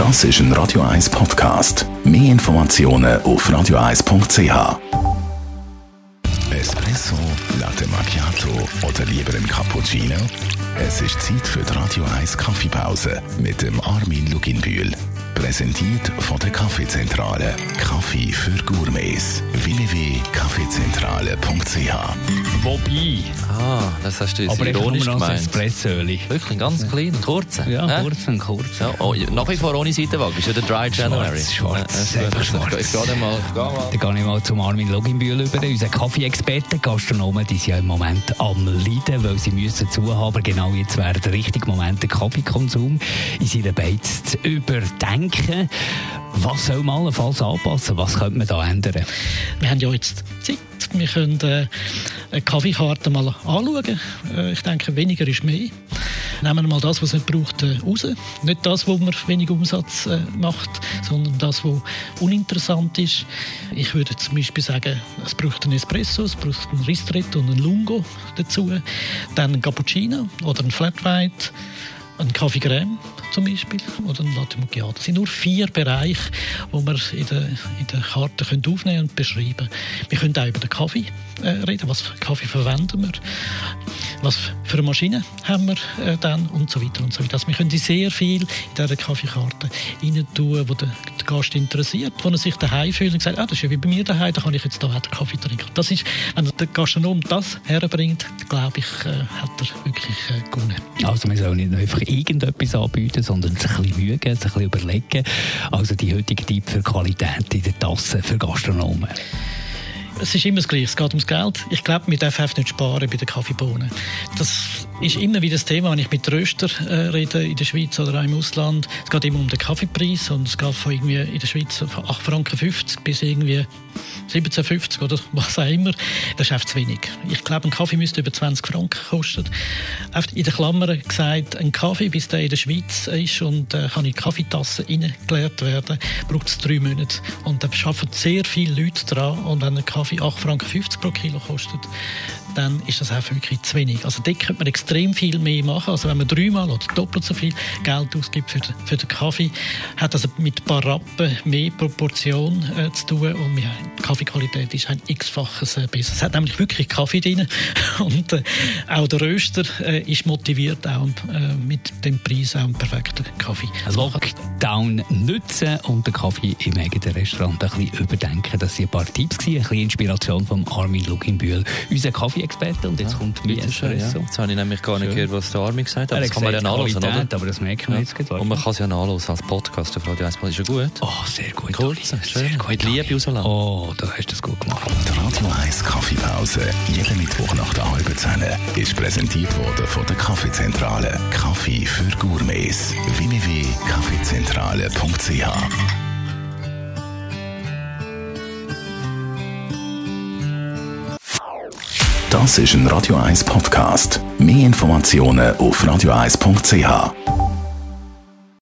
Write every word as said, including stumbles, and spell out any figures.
Das ist ein Radio eins Podcast. Mehr Informationen auf radio eins punkt c h. Espresso, Latte Macchiato oder lieber ein Cappuccino? Es ist Zeit für die Radio eins Kaffeepause mit dem Armin Luginbühl. Präsentiert von der Kaffeezentrale. Kaffee für Gourmets. w w w punkt kaffeezentrale punkt c h. Wobei. Ah, das hast du jetzt aber ironisch gemeint. Aber Espressöli. Wirklich, ganz klein, kurz. Ja, äh? kurz und kurz. Ja, oh, nach wie vor ohne Seitenwagen. Ist ja der Dry January. Schwarz, Ja, schwarz, schwarz. Ich gehe mal. Dann gehe ich mal zum Armin Luginbühl über. Unser Kaffee-Experte, Gastronomen, die sind ja im Moment am Leiden, weil sie müssen zuhaben. Aber genau jetzt wäre der richtige Moment, den Kaffeekonsum in seinen Beiz zu überdenken. Was soll man allenfalls anpassen? Was könnte man da ändern? Wir haben ja jetzt Zeit. Wir können äh, eine Kaffeekarte mal anschauen. Äh, ich denke, weniger ist mehr. Nehmen wir mal das, was es nicht braucht, äh, raus. Nicht das, wo man wenig Umsatz äh, macht, sondern das, was uninteressant ist. Ich würde zum Beispiel sagen, es braucht einen Espresso, es braucht einen Ristretto und einen Lungo dazu. Dann ein Cappuccino oder ein Flat White. Ein Kaffee Crème zum Beispiel oder ein Latte Macchiato. Das sind nur vier Bereiche, die wir in der, in der Karte können aufnehmen und beschreiben. Wir können auch über den Kaffee äh, reden. Was für Kaffee verwenden wir? Was für eine Maschine haben wir äh, dann? Und so weiter und so weiter. Also wir können sehr viel in dieser Kaffeekarte rein tun, wo der, der Gast interessiert, wo er sich daheim fühlt und sagt, ah, das ist ja wie bei mir daheim, da kann ich jetzt da auch den Kaffee trinken. Das ist, wenn der Gastronom das herbringt, glaube ich, äh, hat er wirklich äh, gewonnen. Also wir sollen nicht einfach irgendetwas anbieten, sondern sich ein bisschen mühen, sich ein bisschen überlegen. Also die heutige Tipp für Qualität in der Tasse für Gastronomen. Es ist immer das Gleiche, es geht ums Geld. Ich glaube, wir dürfen einfach nicht sparen bei den Kaffeebohnen. Das ist immer wieder das Thema, wenn ich mit Röster äh, rede, in der Schweiz oder auch im Ausland. Es geht immer um den Kaffeepreis und es geht von irgendwie in der Schweiz von acht Franken fünfzig bis irgendwie siebzehn fünfzig oder was auch immer. Das ist einfach zu wenig. Ich glaube, ein Kaffee müsste über zwanzig Franken kosten. Einfach in den Klammern gesagt, ein Kaffee, bis der in der Schweiz ist und äh, kann in Kaffeetassen reingeleert werden, braucht es drei Monate. Und da arbeiten sehr viele Leute dran. Und wenn ein Kaffee acht Franken fünfzig pro Kilo kostet, dann ist das auch wirklich zu wenig. Also dort könnte man extrem viel mehr machen. Also wenn man dreimal oder doppelt so viel Geld ausgibt für den, für den Kaffee, hat das mit ein paar Rappen mehr Proportion äh, zu tun und wir, die Kaffeequalität ist ein x-faches äh, besser. Es hat nämlich wirklich Kaffee drin und äh, auch der Röster äh, ist motiviert, auch äh, mit dem Preis auch einen perfekten Kaffee zu machen. Lockdown nutzen und den Kaffee im eigenen Restaurant ein bisschen überdenken. Das waren ein paar Tipps, ein bisschen Inspiration von Armin Luginbühl, unser Kaffee-Experte. Und jetzt ja, kommt mein Espresso. Ja. Jetzt habe ich nämlich gar nicht gehört, was der Armin gesagt hat. Er das kann man ja nachlesen, oder? Aber das merken wir ja. jetzt gerade. Und man kann es ja nachlesen als Podcast auf Radio eins. Ist ja gut. Oh, sehr gut. Cool. Sehr gut. Mit Liebe rauslassen. Oh, da hast du das gut gemacht. Die Radio eins Kaffeepause, jeden Mittwoch nach der halben Zehn, ist präsentiert worden von der Kaffeezentrale. Kaffee für Gourmets. w w w punkt kaffeezentrale punkt c h. Das ist ein Radio eins Podcast. Mehr Informationen auf radio eins punkt c h.